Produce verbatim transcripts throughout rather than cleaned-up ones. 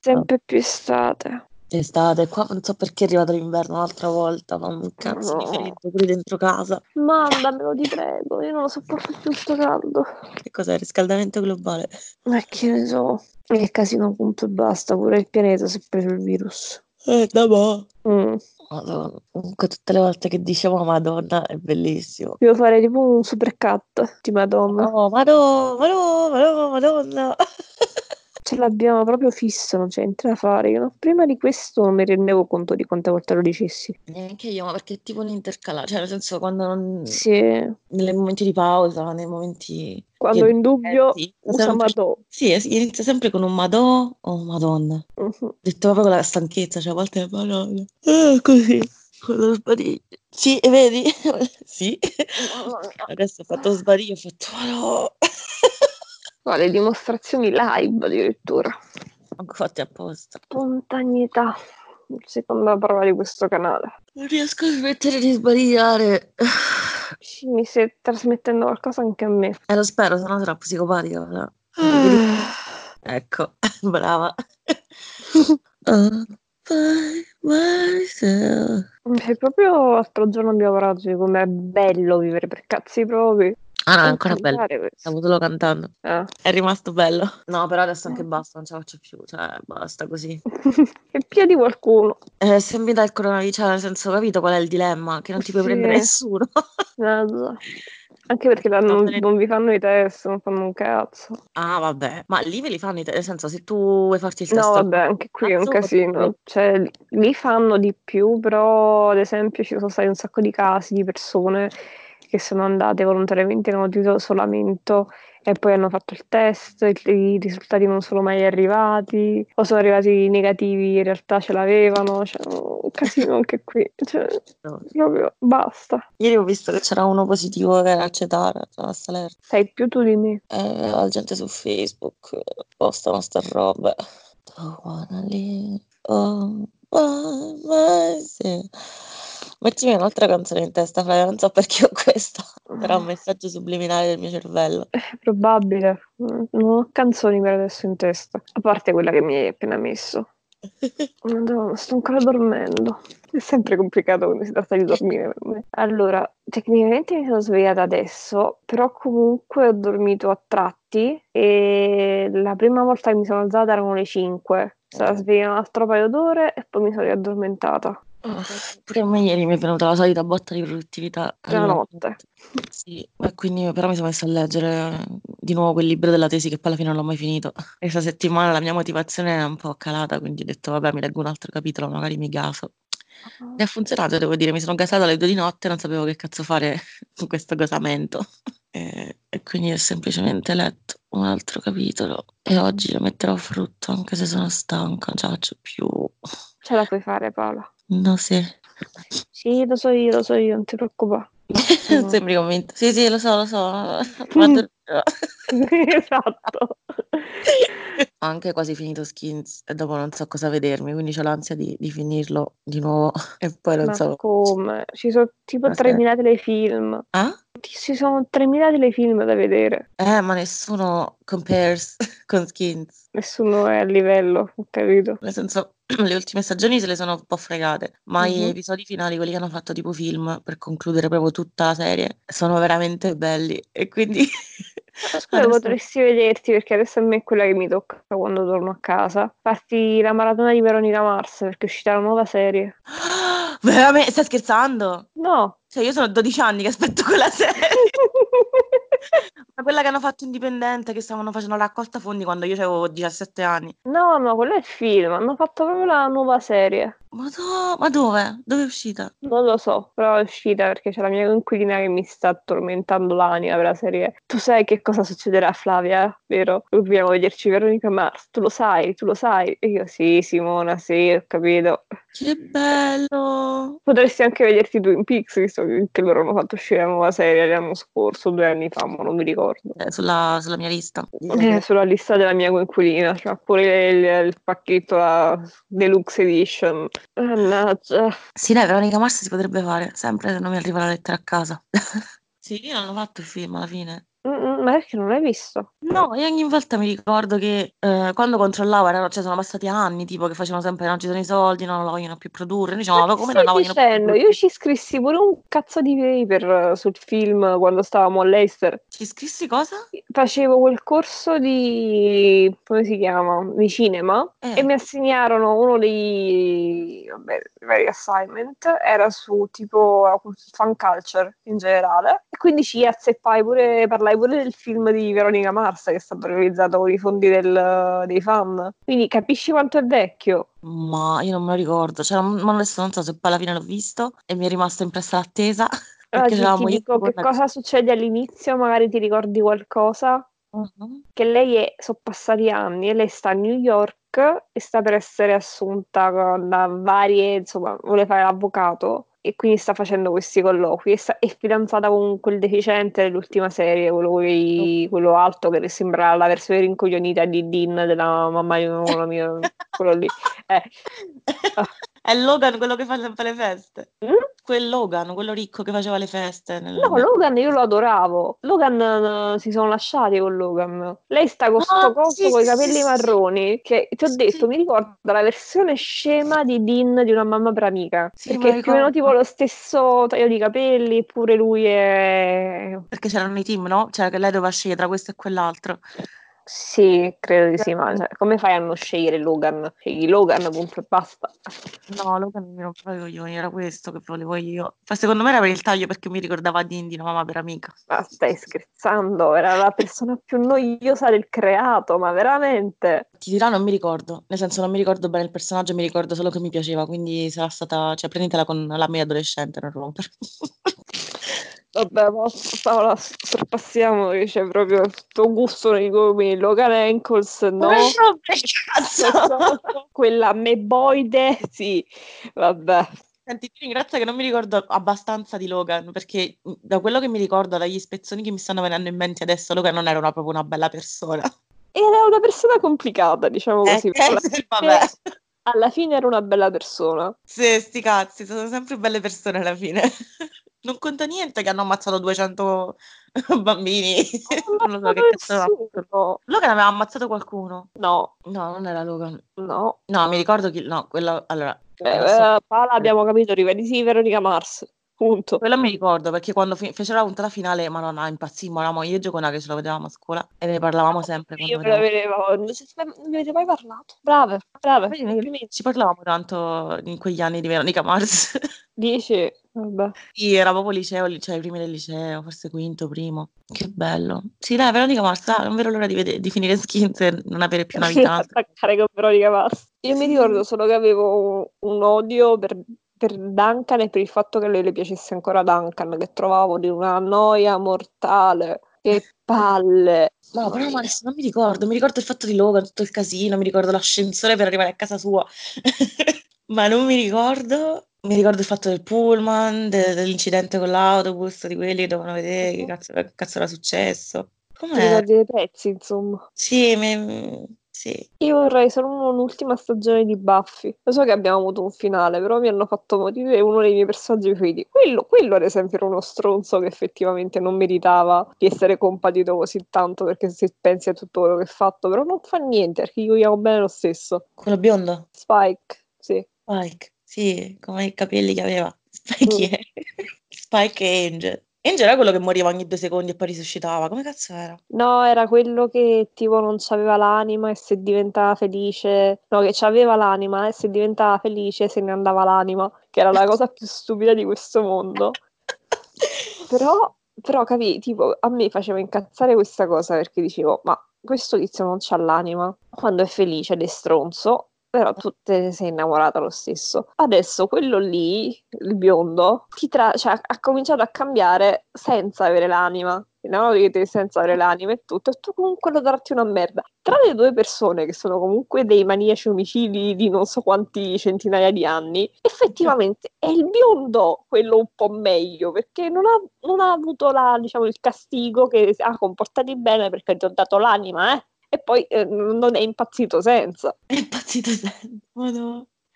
sempre più estate. Estate, qua non so perché è arrivato l'inverno un'altra volta, ma un cazzo di No. freddo pure dentro casa. Mandamelo, ti prego, io non lo sopporto più sto caldo. Che cos'è? Riscaldamento globale? Ma che ne so. È casino, punto e basta. Pure il pianeta si è preso il virus. Eh, da boh. Mm. Madonna. Comunque tutte le volte che dicevo Madonna è bellissimo. Devo fare tipo un super cut di Madonna. Oh, Madonna, Madonna, Madonna, Madonna. Ce l'abbiamo proprio fisso, non c'è niente da fare. Io no- prima di questo non mi rendevo conto di quante volte lo dicessi. Neanche io, ma perché è tipo un intercalare, cioè nel senso quando non... Sì, nei momenti di pausa, nei momenti quando che in dubbio sì, usa sempre... Madò. sì, es- inizia sempre con un Madò o Madonna. Mhm. Detto proprio con la stanchezza, cioè a volte è Madonna. Eh, così, con lo sbadiglio. Sì, e vedi? Sì. Mamma mia. Adesso ho fatto sbadiglio, ho fatto Madò. Guarda, le dimostrazioni live addirittura. Ho fatto apposta. Spontaneità, seconda parola di questo canale. Non riesco a smettere di sbadigliare. Sì, mi stai trasmettendo qualcosa anche a me. Eh, lo spero, sennò sarà psicopatica. Però. Vedi? Ecco, brava. Oh, by myself. È proprio l'altro giorno abbiamo parlato di com'è bello vivere per cazzi propri. Ah no, è Non ancora bello. cantare questo. Stavo solo cantando. Ah. È rimasto bello. No, però adesso anche basta, non ce la faccio più. Cioè, basta così. Che piedi qualcuno. Eh, se mi dà il coronavirus, cioè, nel senso, capito qual è il dilemma? Che non ti puoi Sì, prendere nessuno. mezzo. Anche perché da- non, Vabbè. non vi fanno i test, non fanno un cazzo. Ah, vabbè. Ma lì ve li fanno, i te- nel senso, se tu vuoi farti il No, test al vabbè, anche qui è un cazzo, o ti puoi- casino. Cioè, li li fanno di più, però, ad esempio, ci sono stati un sacco di casi di persone che sono andate volontariamente in motivo di isolamento e poi hanno fatto il test, e i risultati non sono mai arrivati, o sono arrivati negativi, in realtà ce l'avevano. Cioè, un casino anche qui. Cioè, No. proprio basta. Ieri ho visto che c'era uno positivo che era a Cetara, a Salerno. Sai più tu di me. Eh, la gente su Facebook eh, postano sta roba. Don't wanna live all by myself. Mettimi un'altra canzone in testa, Flavia, non so perché ho questa. Però è un messaggio subliminale del mio cervello. È probabile. Mm, Non ho canzoni per adesso in testa, a parte quella che mi hai appena messo. Madonna, sto ancora dormendo. È sempre complicato quando si tratta di dormire per me. Allora, tecnicamente mi sono svegliata adesso, però comunque ho dormito a tratti e la prima volta che mi sono alzata erano le cinque. Stata sveglia un altro paio d'ore e poi mi sono riaddormentata. Oh, pure a me ieri mi è venuta la solita botta di produttività La alla notte. sì, e quindi però mi sono messa a leggere eh, di nuovo quel libro della tesi che poi alla fine non l'ho mai finito. Questa settimana la mia motivazione è un po' calata, quindi ho detto vabbè mi leggo un altro capitolo, magari mi gaso. E ha funzionato, devo dire, mi sono gasata alle due di notte, non sapevo che cazzo fare con questo gasamento. E, e quindi ho semplicemente letto un altro capitolo e oggi lo metterò a frutto, anche se sono stanca, non ce la faccio più. Ce la puoi fare, Paola. No, sì. Sì, lo so io, lo so io, non ti preoccupare. No. Sembri convinto. Sì, sì, lo so, lo so, ma dormirò. Esatto. Ho anche quasi finito Skins e dopo non so cosa vedermi, quindi ho l'ansia di, di finirlo di nuovo e poi non Ma so. come? Ci sono tipo Aspetta. tremila telefilm. Ah? Ci sono tremila telefilm da vedere. Eh, ma nessuno compares con Skins. Nessuno è a livello, ho capito. Nel senso, le ultime stagioni se le sono un po' fregate, ma gli Mhm. episodi finali, quelli che hanno fatto tipo film per concludere proprio tutta la serie, sono veramente belli. E quindi Ah, scusa, adesso potresti vederti perché adesso a me è quella che mi tocca quando torno a casa. Farti la maratona di Veronica Mars perché è uscita la nuova serie. veramente, stai scherzando? No. Cioè, io sono dodici anni che aspetto quella serie. Ma quella che hanno fatto indipendente, che stavano facendo la raccolta fondi quando io avevo diciassette anni. No, no, quello è il film. Hanno fatto proprio la nuova serie. Ma, do- ma dove? Dove è uscita? Non lo so, però è uscita perché c'è la mia coinquilina che mi sta tormentando l'anima per la serie. Tu sai che cosa succederà a Flavia, eh? Vero? Dobbiamo vederci Veronica Mars. Tu lo sai, tu lo sai. E io sì, Simona, sì, ho capito. Che bello! Potresti anche vederti Twin Peaks, visto che che loro hanno fatto uscire la nuova serie l'anno scorso, due anni fa, ma non mi ricordo. Eh, sulla, sulla mia lista di È serie. sulla lista della mia coinquilina, c'ha pure il, il pacchetto la Deluxe Edition. Mannaggia. Sì, dai, Veronica Mars si potrebbe fare, sempre se non mi arriva la lettera a casa. Sì, hanno fatto il film alla fine. Mm-mm. non, ma perché non l'hai visto? No, e ogni volta mi ricordo che eh, quando controllavo, erano, cioè sono passati anni, tipo, che facevano sempre non ci sono i soldi, non lo vogliono più produrre. Noi diciamo, Ma ma che come non stai la vogliono più dicendo? Io produrre? ci scrissi pure un cazzo di paper eh, sul film quando stavamo all'Eister. Ci scrissi cosa? Facevo quel corso di, come si chiama? Di cinema e Eh, mi assegnarono uno dei, vabbè, vari assignment, era su tipo fan culture in generale e quindi ci azzeppai pure, parlai pure del film di Veronica Mars che è stato realizzato con i fondi del- dei fan. Quindi capisci quanto è vecchio? ma io non me lo ricordo, cioè, non- ma adesso non so se poi alla fine l'ho visto e mi è rimasta impressa l'attesa, Allora, perché ti, ti c'eravamo io dico con che la... cosa succede all'inizio, magari ti ricordi qualcosa? Mhm. Che lei è, sono passati anni e lei sta a New York e sta per essere assunta con- da varie, insomma, vuole fare l'avvocato e quindi sta facendo questi colloqui e sta- è fidanzata con quel deficiente dell'ultima serie, quello, coi- quello alto che le sembra la versione rincoglionita di Dean della mamma di uno mio, quello lì. Eh. Ah. È Logan quello che fa sempre le feste. Mm? Quel Logan, quello ricco che faceva le feste. Nel... No, nel- Logan io lo adoravo. Logan eh, si sono lasciati con Logan. Lei sta con Ah, sto coso sì, con i sì, sì, capelli sì, marroni che ti ho detto, sì, mi ricorda la versione scema di Dean di Una mamma per amica. sì, me Perché lo è più o meno tipo ricordo. lo stesso taglio di capelli, eppure lui è... Perché c'erano i team, no? Cioè che lei doveva scegliere tra questo e quell'altro. Sì, credo di sì, ma cioè, come fai a non scegliere Logan? Scegli Logan, punto e basta. No, Logan mi rompeva i coglioni, era questo che volevo io. Ma secondo me era per il taglio perché mi ricordava Dindy, una mamma per amica. Ma stai scherzando? Era la persona più noiosa del creato, ma veramente? Ti dirò, non mi ricordo, nel senso non mi ricordo bene il personaggio, mi ricordo solo che mi piaceva, quindi sarà stata, cioè prenditela con la mia adolescente, non rompere. Vabbè, ma Paola, sorpassiamo che c'è proprio questo gusto nei nomi. Logan Ankles, Ma non no? rompere il Questa- cazzo! Quella meboide, sì. Vabbè. Senti, ti ringrazio che non mi ricordo abbastanza di Logan, perché mh, da quello che mi ricordo, dagli spezzoni che mi stanno venendo in mente adesso, Logan non era una- proprio una bella persona. Era una persona complicata, diciamo Eh, così, però alla vabbè. fine, alla fine era una bella persona. Sì, sti cazzi, sono sempre belle persone alla fine. Non conta niente che hanno ammazzato duecento bambini. Non ha Non lo so ammazzato che cazzo aveva fatto. nessuno. Logan aveva ammazzato qualcuno. No, No, non era Logan. no. No, mi ricordo chi... No, quello... Allora, Eh, ora sto... eh, Paola, abbiamo capito, rivedi sì, Veronica Mars. Punto. Quello mi ricordo perché quando fi- fecero la puntata finale, Madonna, impazzimmo, eravamo io e Giocona che ce lo vedevamo a scuola e ne parlavamo sempre quando Io me la vedevamo. vedevo, non ci- non mi avete mai parlato. Brave, brave, Poi noi complimenti. ci parlavamo tanto in quegli anni di Veronica Mars. Dici, vabbè. Sì, era proprio liceo, li- cioè i primi del liceo, forse quinto, primo. Che bello. Sì, dai, Veronica Mars, ah, non vedo l'ora di, vede- di finire Skins e non avere più una vita. Attaccare con Veronica Mars. Io mi ricordo Sì. solo che avevo un odio per, per Duncan e per il fatto che a lei le piacesse ancora Duncan, che trovavo di una noia mortale. Che palle. No, Mamma però ma mia. adesso non mi ricordo, mi ricordo il fatto di Logan, tutto il casino, mi ricordo l'ascensore per arrivare a casa sua, ma non mi ricordo, mi ricordo il fatto del pullman, de- dell'incidente con l'autobus, di quelli che dovevano vedere che cazzo, che cazzo era successo. Ti Com'era? ricordi dei prezzi, insomma. Sì, mi- sì. Io vorrei solo un'ultima stagione di Buffy. Lo so che abbiamo avuto un finale, però mi hanno fatto morire uno dei miei personaggi preferiti. Quello, quello, ad esempio, era uno stronzo che effettivamente non meritava di essere compatito così tanto, perché se pensi a tutto quello che ha fatto, però non fa niente, perché io vogliamo bene lo stesso. Quello biondo? Spike, sì. Spike, sì, come i capelli che aveva. Spike chi Mm. è? Spike e Angel. Angel era quello che moriva ogni due secondi e poi risuscitava, come cazzo era? No, era quello che tipo non c'aveva l'anima e se diventava felice, no, che c'aveva l'anima e se diventava felice se ne andava l'anima, che era la cosa più stupida di questo mondo. Però, però capì, tipo, a me faceva incazzare questa cosa perché dicevo, ma questo tizio non c'ha l'anima. Quando è felice ed è stronzo, però tu te ne sei innamorata lo stesso. Adesso quello lì, il biondo, ti tra- cioè, ha cominciato a cambiare senza avere l'anima. No? Che te- Senza avere l'anima e tutto, e tu comunque lo tratti una merda. Tra le due persone che sono comunque dei maniaci omicidi di non so quanti centinaia di anni, effettivamente è il biondo quello un po' meglio, perché non ha, non ha avuto la, diciamo, il castigo che ha comportati bene perché ti ho dato l'anima, eh? E poi eh, non è impazzito senza. È impazzito sempre, madonna.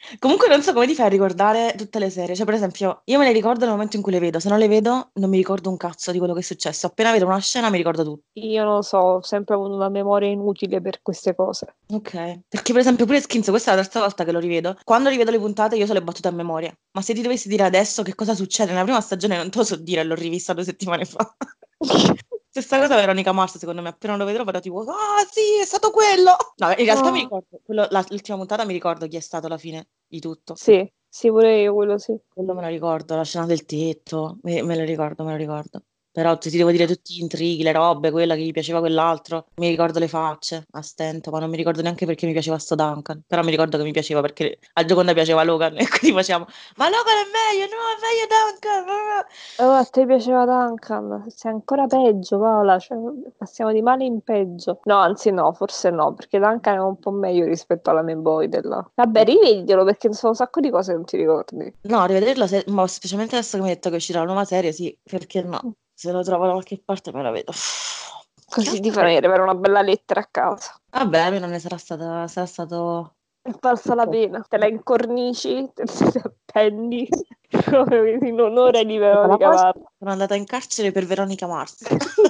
Comunque non so come ti fai a ricordare tutte le serie. Cioè, per esempio, io me le ricordo nel momento in cui le vedo. Se non le vedo, non mi ricordo un cazzo di quello che è successo. Appena vedo una scena, mi ricordo tutto. Io non lo so, ho sempre avuto una memoria inutile per queste cose. Ok. Perché, per esempio, pure Skins, questa è la terza volta che lo rivedo. Quando rivedo le puntate, io so le battute a memoria. Ma se ti dovessi dire adesso che cosa succede nella prima stagione, non te lo so dire, l'ho rivista due settimane fa. Stessa cosa Veronica Mars, secondo me, appena lo vedrò, farò tipo, ah sì, è stato quello! No, in realtà mi No. ricordo, quello- la- l'ultima puntata mi ricordo chi è stato alla fine di tutto. Sì, sì, pure io quello sì. Quello me lo ricordo, la scena del tetto, me, me lo ricordo, me lo ricordo. Però se ti devo dire tutti gli intrighi, le robe, quella che gli piaceva quell'altro, mi ricordo le facce a stento, ma non mi ricordo neanche perché mi piaceva sto Duncan. Però mi ricordo che mi piaceva perché al Gioconda piaceva Logan e quindi facciamo, ma Logan è meglio, no, è meglio Duncan! Oh, a te piaceva Duncan? Sei ancora peggio, Paola, cioè, passiamo di male in peggio. No, anzi no, forse no, perché Duncan è un po' meglio rispetto alla main boy della... Vabbè, rivedilo, perché ci sono un sacco di cose che non ti ricordi. No, rivederlo, se- ma specialmente adesso che mi hai detto che uscirà la nuova serie, sì, perché no? Se lo trovo da qualche parte me la vedo. Che Così ti altro fanno vedo? arrivare una bella lettera a casa. Vabbè, a me non ne sarà stata, sarà stato... È valsa la pena. Te la incornici, te te la appendi, proprio in onore di La Veronica cosa, Varra. sono andata in carcere per Veronica Mars.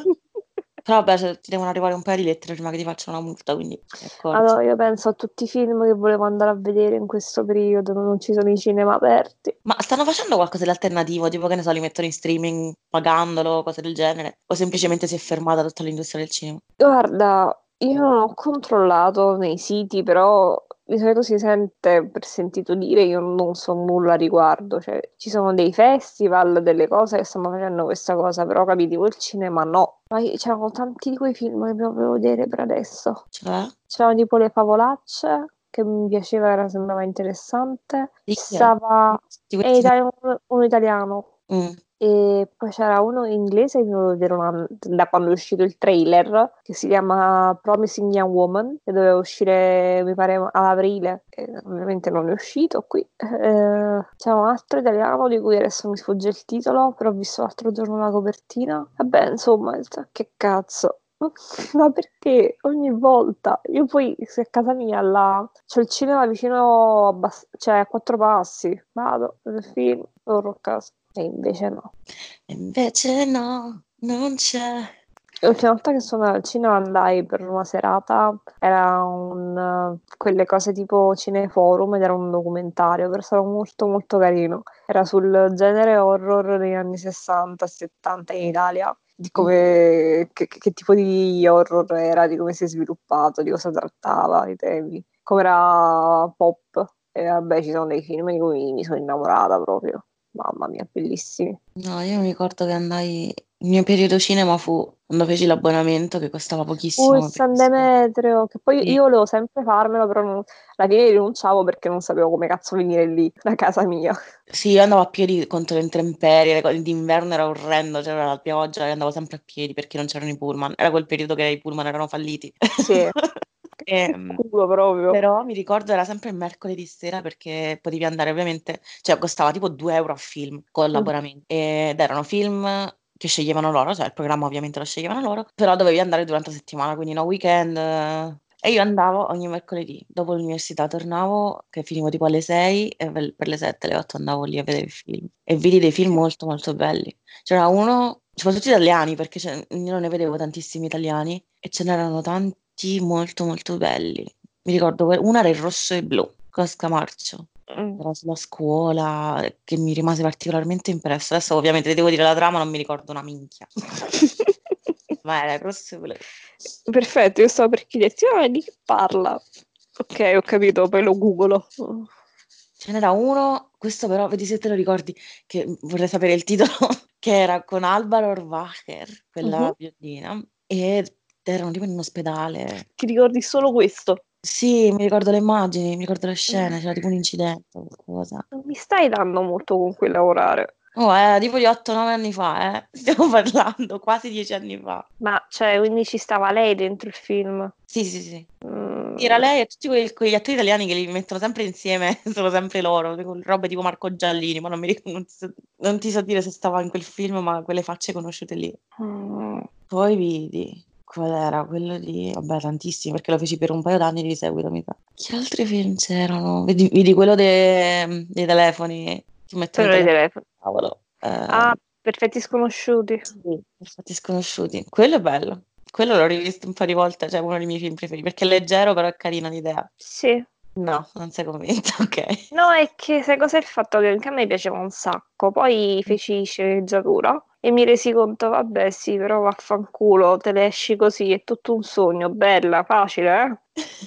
Però vabbè, se- ti devono arrivare un paio di lettere prima che ti facciano una multa, quindi ti accorgi. Allora, io penso a tutti i film che volevo andare a vedere in questo periodo, non ci sono i cinema aperti. Ma stanno facendo qualcosa di alternativo? Tipo che ne so, li mettono in streaming pagandolo, cose del genere? O semplicemente si è fermata tutta l'industria del cinema? Guarda, io non ho controllato nei siti, però di solito si sente per sentito dire, io non so nulla a riguardo, cioè ci sono dei festival, delle cose che stanno facendo questa cosa, però capiti, quel cinema no. Ma io- c'erano tanti di quei film che volevo vedere per adesso. Cioè? C'erano tipo Le Favolacce, che mi piaceva, era, sembrava interessante. Di Ci chi è? stava Di è questi... italiano- uno italiano. Mm. E poi c'era uno in inglese che volevo vedere una- da quando è uscito il trailer, che si chiama Promising Young Woman, che doveva uscire, mi pare, ad aprile. E ovviamente non è uscito qui. Eh, c'è un altro italiano di cui adesso mi sfugge il titolo, però ho visto l'altro giorno la copertina. Vabbè, insomma, che cazzo. Ma perché ogni volta? Io poi, se a casa mia là, c'ho il cinema vicino, a Bas- cioè a quattro passi, vado, vedo il film, torno a casa. E invece no. E invece no, non c'è. L'ultima volta che sono andata al cinema andai per una serata, era un, eh, quelle cose tipo cineforum ed era un documentario, però stava molto molto carino. Era sul genere horror negli anni sessanta settanta in Italia, di Mm. come, che, che tipo di horror era, di come si è sviluppato, di cosa trattava, i temi, come era pop. E vabbè, ci sono dei film di cui mi sono innamorata proprio. Mamma mia, bellissimi. No, io mi ricordo che andai... Il mio periodo cinema fu quando feci l'abbonamento che costava Uh, il pochissimo. San perché- Demetrio, che poi Sì. io volevo sempre farmelo, però non- alla fine rinunciavo perché non sapevo come cazzo venire lì, da casa mia. Sì, io andavo a piedi contro le intemperie, le cose- d'inverno era orrendo, c'era la pioggia e andavo sempre a piedi perché non c'erano i pullman. Era quel periodo che i pullman erano falliti. Sì, che Ehm, culo proprio. Però mi ricordo era sempre il mercoledì sera perché potevi andare ovviamente, cioè costava tipo due euro a film con Mm. l'abbonamento ed erano film che sceglievano loro, cioè il programma ovviamente lo sceglievano loro, però dovevi andare durante la settimana, quindi no weekend. eh. E io andavo ogni mercoledì, dopo l'università tornavo, che finivo tipo alle sei e per per le sette, alle otto andavo lì a vedere il film. E vidi dei film molto molto belli. C'era uno, soprattutto italiani, perché ce- io non ne vedevo tantissimi italiani, e ce n'erano tanti molto molto belli. Mi ricordo, que- una era il rosso e blu, con Scamarcio. Mm. Era sulla scuola, che mi rimase particolarmente impresso. Adesso ovviamente ti devo dire la trama, non mi ricordo una minchia. Ma era il rosso e blu. Perfetto, io stavo per chiederti, ah, di che parla? Ok, ho capito, poi lo googolo. Ce n'era uno, questo però, vedi se te lo ricordi, che vorrei sapere il titolo, che era con Alba Rohrwacher, Mhm. quella biondina, ed erano tipo in un ospedale. Ti ricordi solo questo? Sì, mi ricordo le immagini, mi ricordo le scene, c'era tipo un incidente o qualcosa. Non mi stai dando molto con cui lavorare. Oh, era tipo di otto nove anni fa, eh. Stiamo parlando, quasi dieci anni fa. Ma, cioè, quindi ci stava lei dentro il film? Sì, sì, sì. Sì, era Mm. lei e tutti quei- quegli attori italiani che li mettono sempre insieme, sono sempre loro, con robe tipo Marco Giallini, ma non mi ricordo, non ti so, non ti so dire se stava in quel film, ma quelle facce conosciute lì. Mm. Poi vidi Qual era? Quello di... Vabbè, tantissimi, perché lo feci per un paio d'anni di seguito, mi sa. Che altri film c'erano? Vedi, vedi quello de- dei telefoni, che mettono i Quello dei telefoni. telefoni. Cavolo. Eh, Ah, Perfetti sconosciuti. sì, Perfetti sconosciuti. Quello è bello. Quello l'ho rivisto un po' di volte, cioè uno dei miei film preferiti, perché è leggero, però è carina l'idea. Sì. No, non sei convinta, ok. No, è che sai cos'è il fatto che anche a me piaceva un sacco. Poi feci sceneggiatura e mi resi conto, vabbè, sì, però vaffanculo, te ne esci così, è tutto un sogno, bella, facile, eh?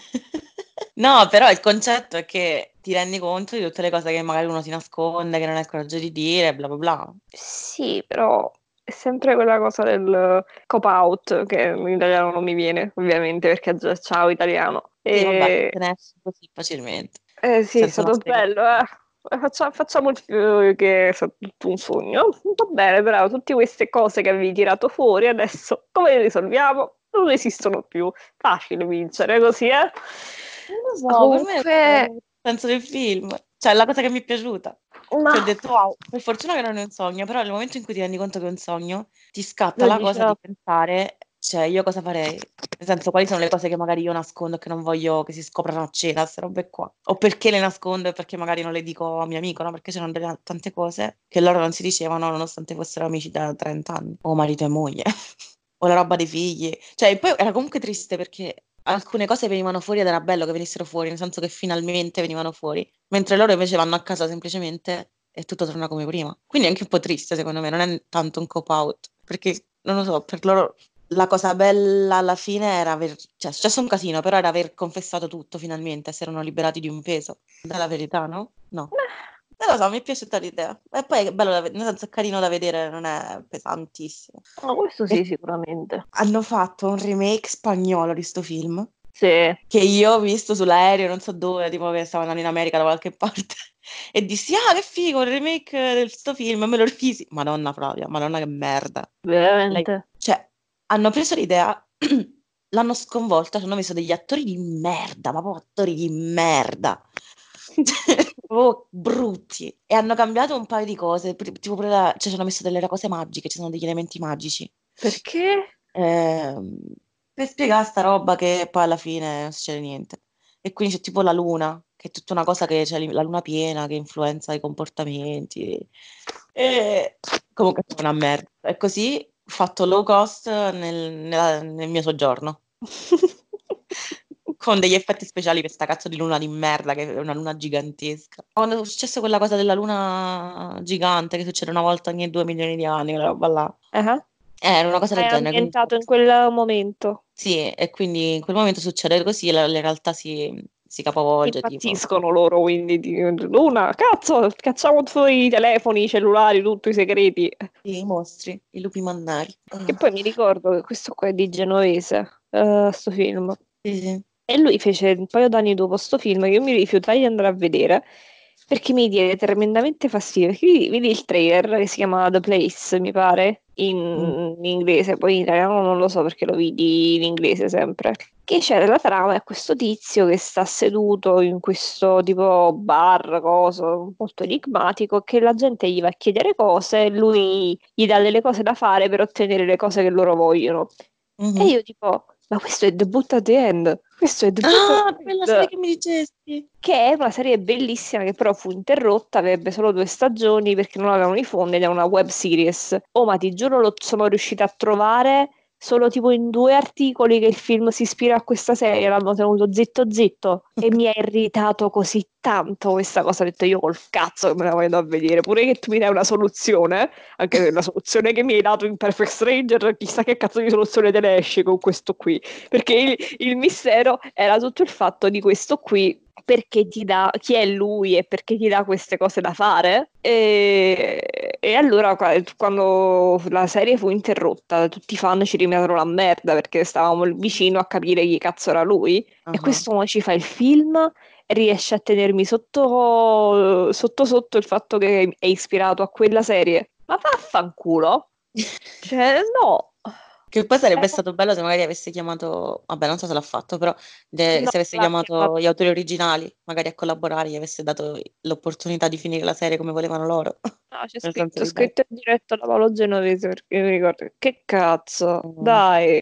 No, però il concetto è che ti rendi conto di tutte le cose che magari uno si nasconde, che non ha il coraggio di dire, bla bla bla. Sì, però è sempre quella cosa del cop-out che in italiano non mi viene, ovviamente, perché già ciao italiano. Sì, vabbè, E te ne esci così facilmente, eh, sì, è senza una stato spiegazione. bello, eh. Faccia- Facciamo il fi- che è stato tutto un sogno. Va bene, però tutte queste cose che avevi tirato fuori adesso come le risolviamo? Non esistono più. Facile vincere così, eh? Non lo so, per me è Comunque, il senso del film, cioè è la cosa che mi è piaciuta. ma Che ho detto, wow, per fortuna che non è un sogno, però nel momento in cui ti rendi conto che è un sogno, ti scatta lo la cosa di diceva pensare, cioè io cosa farei? Nel senso, quali sono le cose che magari io nascondo e che non voglio che si scoprano a cena, queste robe qua. O perché le nascondo e perché magari non le dico a mio amico, no? Perché c'erano delle- tante cose che loro non si dicevano nonostante fossero amici da trenta anni, o marito e moglie, o la roba dei figli. Cioè, poi era comunque triste perché alcune cose venivano fuori ed era bello che venissero fuori, nel senso che finalmente venivano fuori, mentre loro invece vanno a casa semplicemente e tutto torna come prima. Quindi è anche un po' triste, secondo me, non è tanto un cop-out, perché non lo so, per loro la cosa bella alla fine era aver, cioè è successo un casino, però era aver confessato tutto finalmente, si erano liberati di un peso. Dalla verità, no? No. Non lo so, mi è piaciuta l'idea. E poi è bello da vedere, nel senso è carino da vedere, non è pesantissimo. no, questo sì, E sicuramente. hanno fatto un remake spagnolo di sto film Sì. che io ho visto sull'aereo, non so dove, tipo che stavo andando in America da qualche parte e dissi, ah, che figo, il remake di sto film, e me lo rivisi. Madonna Flavia, madonna che merda. Lei- Veramente. Cioè, hanno preso l'idea, l'hanno sconvolta, ci hanno messo degli attori di merda, ma proprio attori di merda. Proprio brutti. E hanno cambiato un paio di cose, pr- tipo pure la- cioè, ci hanno messo delle cose magiche, ci sono degli elementi magici. Perché? Ehm, per spiegare sta roba che poi alla fine non succede niente. E quindi c'è tipo la luna, che è tutta una cosa che c'è la luna piena che influenza i comportamenti. E comunque è una merda. E così fatto low cost nel, nella- nel mio soggiorno. Con degli effetti speciali per sta cazzo di luna di merda, che è una luna gigantesca. Quando è successo quella cosa della luna gigante, che succede una volta ogni due milioni di anni, quella roba là. Ah, Eh, era una cosa è del genere, quindi ambientato in quel momento. sì, e quindi in quel momento succede così, la, la realtà si, si capovolge, tipo. Impazziscono loro, quindi di Luna, cazzo, cacciamo fuori i telefoni, i cellulari, tutti i segreti. Sì, i mostri, i lupi mannari. Che Ah, poi mi ricordo che questo qua è di Genovese, eh, sto film. sì, sì. E lui fece un paio d'anni dopo sto film che io mi rifiutai di andare a vedere perché mi diede tremendamente fastidio. Perché vedi, vedi il trailer che si chiama The Place, mi pare, in, Mm. in inglese, poi in italiano non lo so perché lo vidi in inglese sempre. Che c'era la trama è questo tizio che sta seduto in questo tipo bar, coso, molto enigmatico, che la gente gli va a chiedere cose e lui gli dà delle cose da fare per ottenere le cose che loro vogliono. E Mhm. io tipo, ma questo è The Boot at the End, questo è The Boot at Ah, the quella serie End, che mi dicesti. che è una serie bellissima che però fu interrotta, avrebbe solo due stagioni perché non avevano i fondi ed è una web series. Oh, ma ti giuro, lo sono riuscita a trovare solo tipo in due articoli che il film si ispira a questa serie, l'hanno tenuto zitto zitto e mi ha irritato così tanto questa cosa, ho detto io col cazzo che me la voglio a vedere, pure che tu mi dai una soluzione, anche se la soluzione che mi hai dato in Perfect Stranger, chissà che cazzo di soluzione te ne esci con questo qui, perché il, il mistero era tutto il fatto di questo qui, perché ti dà, chi è lui e perché ti dà queste cose da fare. E, e allora qua- quando la serie fu interrotta, tutti i fan ci rimasero la merda perché stavamo vicino a capire chi cazzo era lui. E Ah. questo mo ci fa il film e riesce a tenermi sotto, sotto sotto il fatto che è ispirato a quella serie. Ma vaffanculo! Cioè, no! Che poi sarebbe Eh, stato bello se magari avesse chiamato, vabbè, non so se l'ha fatto, però de- no, se avesse l'ha chiamato. chiamato gli autori originali, magari a collaborare, gli avesse dato l'opportunità di finire la serie come volevano loro. No, c'è Nel senso scritto, di dai. scritto in diretto da Paolo Genovese perché mi ricordo che cazzo, Mm. dai,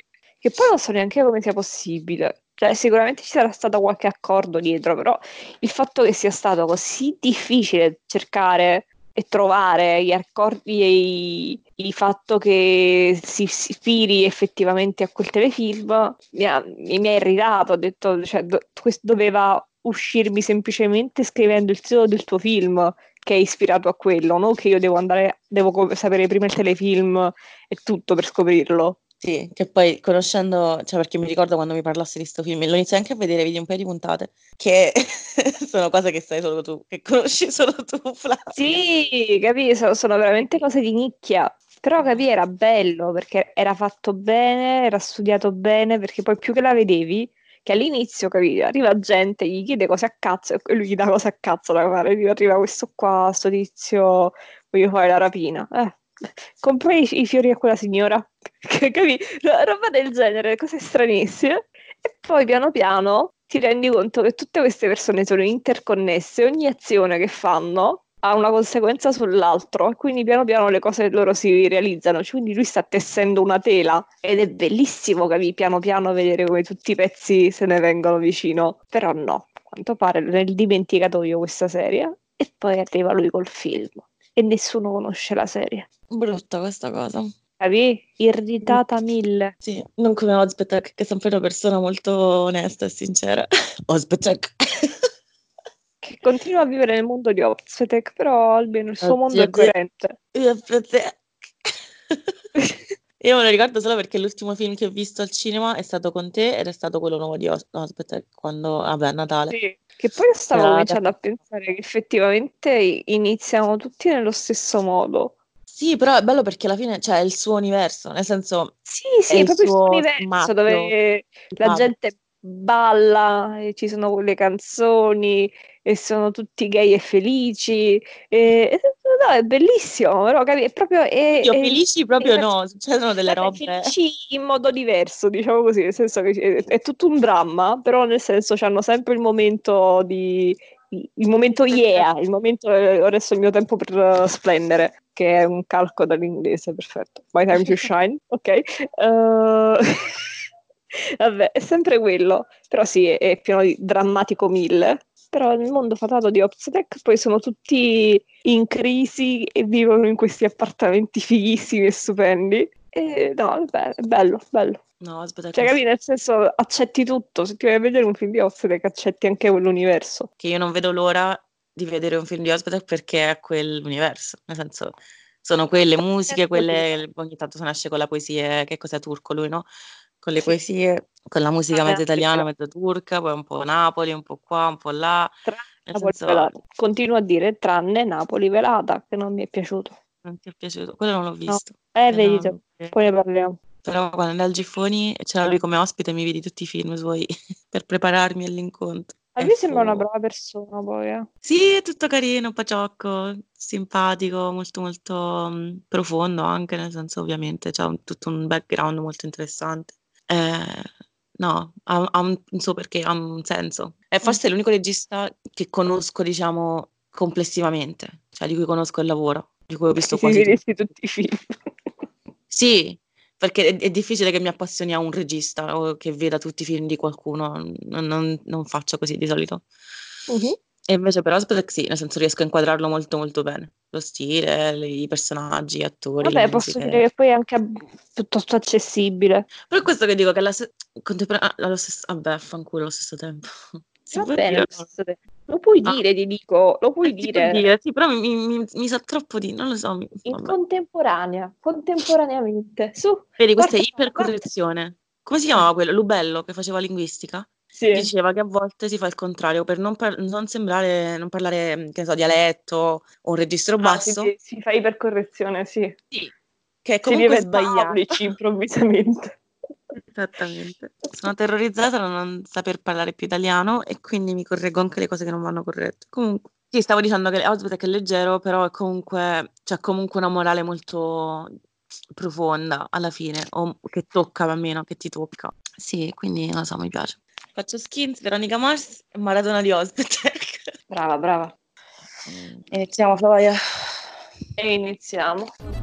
Che poi non so neanche come sia possibile. Cioè, sicuramente ci sarà stato qualche accordo dietro, però il fatto che sia stato così difficile cercare e trovare gli accordi e il fatto che si si ispiri effettivamente a quel telefilm mi ha, mi mi ha irritato. Ho detto, cioè, do- questo doveva uscirmi semplicemente scrivendo il titolo del tuo film che è ispirato a quello, no? Che io devo andare, devo co- sapere prima il telefilm e tutto per scoprirlo. Sì, che poi conoscendo, cioè perché mi ricordo quando mi parlassi di sto film, e lo iniziai anche a vedere, vedi un paio di puntate, che sono cose che sai solo tu, che conosci solo tu, Flavia. Sì, capì, so- sono veramente cose di nicchia, però capì, era bello perché era fatto bene, era studiato bene, perché poi più che la vedevi, che all'inizio, capì, arriva gente, gli chiede cose a cazzo e lui gli dà cose a cazzo da fare, Dico, arriva questo qua, sto tizio, voglio fare la rapina, eh, compra i, i fiori a quella signora, capì, Ro- roba del genere, cose stranissime, e poi piano piano ti rendi conto che tutte queste persone sono interconnesse, ogni azione che fanno ha una conseguenza sull'altro, e quindi piano piano le cose loro si realizzano. Cioè, quindi lui sta tessendo una tela ed è bellissimo, capì? Piano piano vedere come tutti i pezzi se ne vengono vicino. Però no, a quanto pare nel dimenticatoio questa serie, e poi arriva lui col film e nessuno conosce la serie. Brutta questa cosa. Capì? Irritata mille. Sì, non come Ozpetek, che è sempre una persona molto onesta e sincera. Ozpetek. Che continua a vivere nel mondo di Ozpetek, però almeno il suo mondo è Ozpetek. coerente. Ozpetek. Io me lo ricordo solo perché l'ultimo film che ho visto al cinema è stato con te ed è stato quello nuovo di Os- Ozpetek, quando, vabbè, a Natale. Sì, che poi io stavo Era da- cominciando a pensare che effettivamente i- iniziamo tutti nello stesso modo. Sì, però è bello perché alla fine c'è il suo universo, nel senso Sì, è sì, è il proprio il suo suo universo marchio. dove la Vabbè. gente balla e ci sono quelle canzoni e sono tutti gay e felici. E, e- no, è bellissimo, però capi- è proprio è, Io è- felici è- proprio no, succedono delle vabbè, robe. felici in modo diverso, diciamo così, nel senso che è, è tutto un dramma, però nel senso c'hanno sempre il momento di il momento yeah, il momento eh, adesso è il mio tempo per eh, splendere, che è un calco dall'inglese, perfetto. My time to shine, ok? Eh, Vabbè, è sempre quello, però sì, è, è pieno di drammatico mille. Però nel mondo fatato di Opsatec poi sono tutti in crisi e vivono in questi appartamenti fighissimi e stupendi. E no, vabbè, è bello, bello. No, aspetta, Cioè, che, capi, nel senso, accetti tutto. Se ti vai a vedere un film di Opsatec, accetti anche quell'universo. che io non vedo l'ora di vedere un film di Ozpetek perché è quell'universo, nel senso sono quelle musiche, quelle ogni tanto se ne esce con la poesia, che cos'è turco lui, no? Con le Sì, poesie, con la musica mezza neanche italiana, vero. mezza turca, poi un po' Napoli, un po' qua, un po' là, Tranne nel Napoli senso Velata. Continuo a dire tranne Napoli Velata, che non mi è piaciuto. non ti è piaciuto, quello non l'ho No. visto. Eh, E vedi tu, non- poi ne parliamo. Però quando andai al Giffoni e c'era lui come ospite mi vidi tutti i film suoi per prepararmi all'incontro. A E lui sembra una fu... brava persona, poi, eh. Sì, è tutto carino, paciocco, simpatico, molto molto mh, profondo anche, nel senso ovviamente c'ha un- tutto un background molto interessante. Eh, no, ha, ha un, un suo perché, ha un senso. È Mm. forse l'unico regista che conosco, diciamo, complessivamente, cioè di cui conosco il lavoro, di cui ho Perché visto si quasi tutto. vedessi tutti i film. Sì, perché è, è difficile che mi appassioni a un regista o che veda tutti i film di qualcuno, non, non- non faccio così di solito. Mhm. E invece per Aspect sì, nel senso riesco a inquadrarlo molto molto bene. Lo stile, le- i personaggi, gli attori, le Vabbè, posso dire musiche. che poi è anche ab- piuttosto accessibile. Però è questo che dico che alla se- contempora- ah, allo stesso, vabbè, affanculo allo stesso tempo. Si Va può bene, dire? allo stesso tempo. Lo puoi Ah, dire, ti dico, lo puoi eh, si può dire dire, sì, però mi, mi- mi sa troppo di, non lo so, mi- in vabbè. contemporanea, contemporaneamente. Su, Vedi, questa è quarta palla. ipercorrezione. Come si Eh, chiamava quello? Lubello che faceva linguistica? sì. Diceva che a volte si fa il contrario per non, par- non sembrare, non parlare, che ne so, dialetto o un registro Ah, si, basso. si fa ipercorrezione, sì. Sì, che è Si comunque diventa sbagliato. aulici improvvisamente. Esattamente. Sono terrorizzata da non saper parlare più italiano e quindi mi correggo anche le cose che non vanno corrette. Comunque, sì, stavo dicendo che Outback è leggero, però è comunque, c'è comunque una morale molto profonda alla fine, o che tocca almeno, che ti tocca. Sì, quindi non lo so, mi piace. Faccio Skins, Veronica Mars e Maradona di Outback. Brava, brava. Iniziamo, Flavaia. E iniziamo.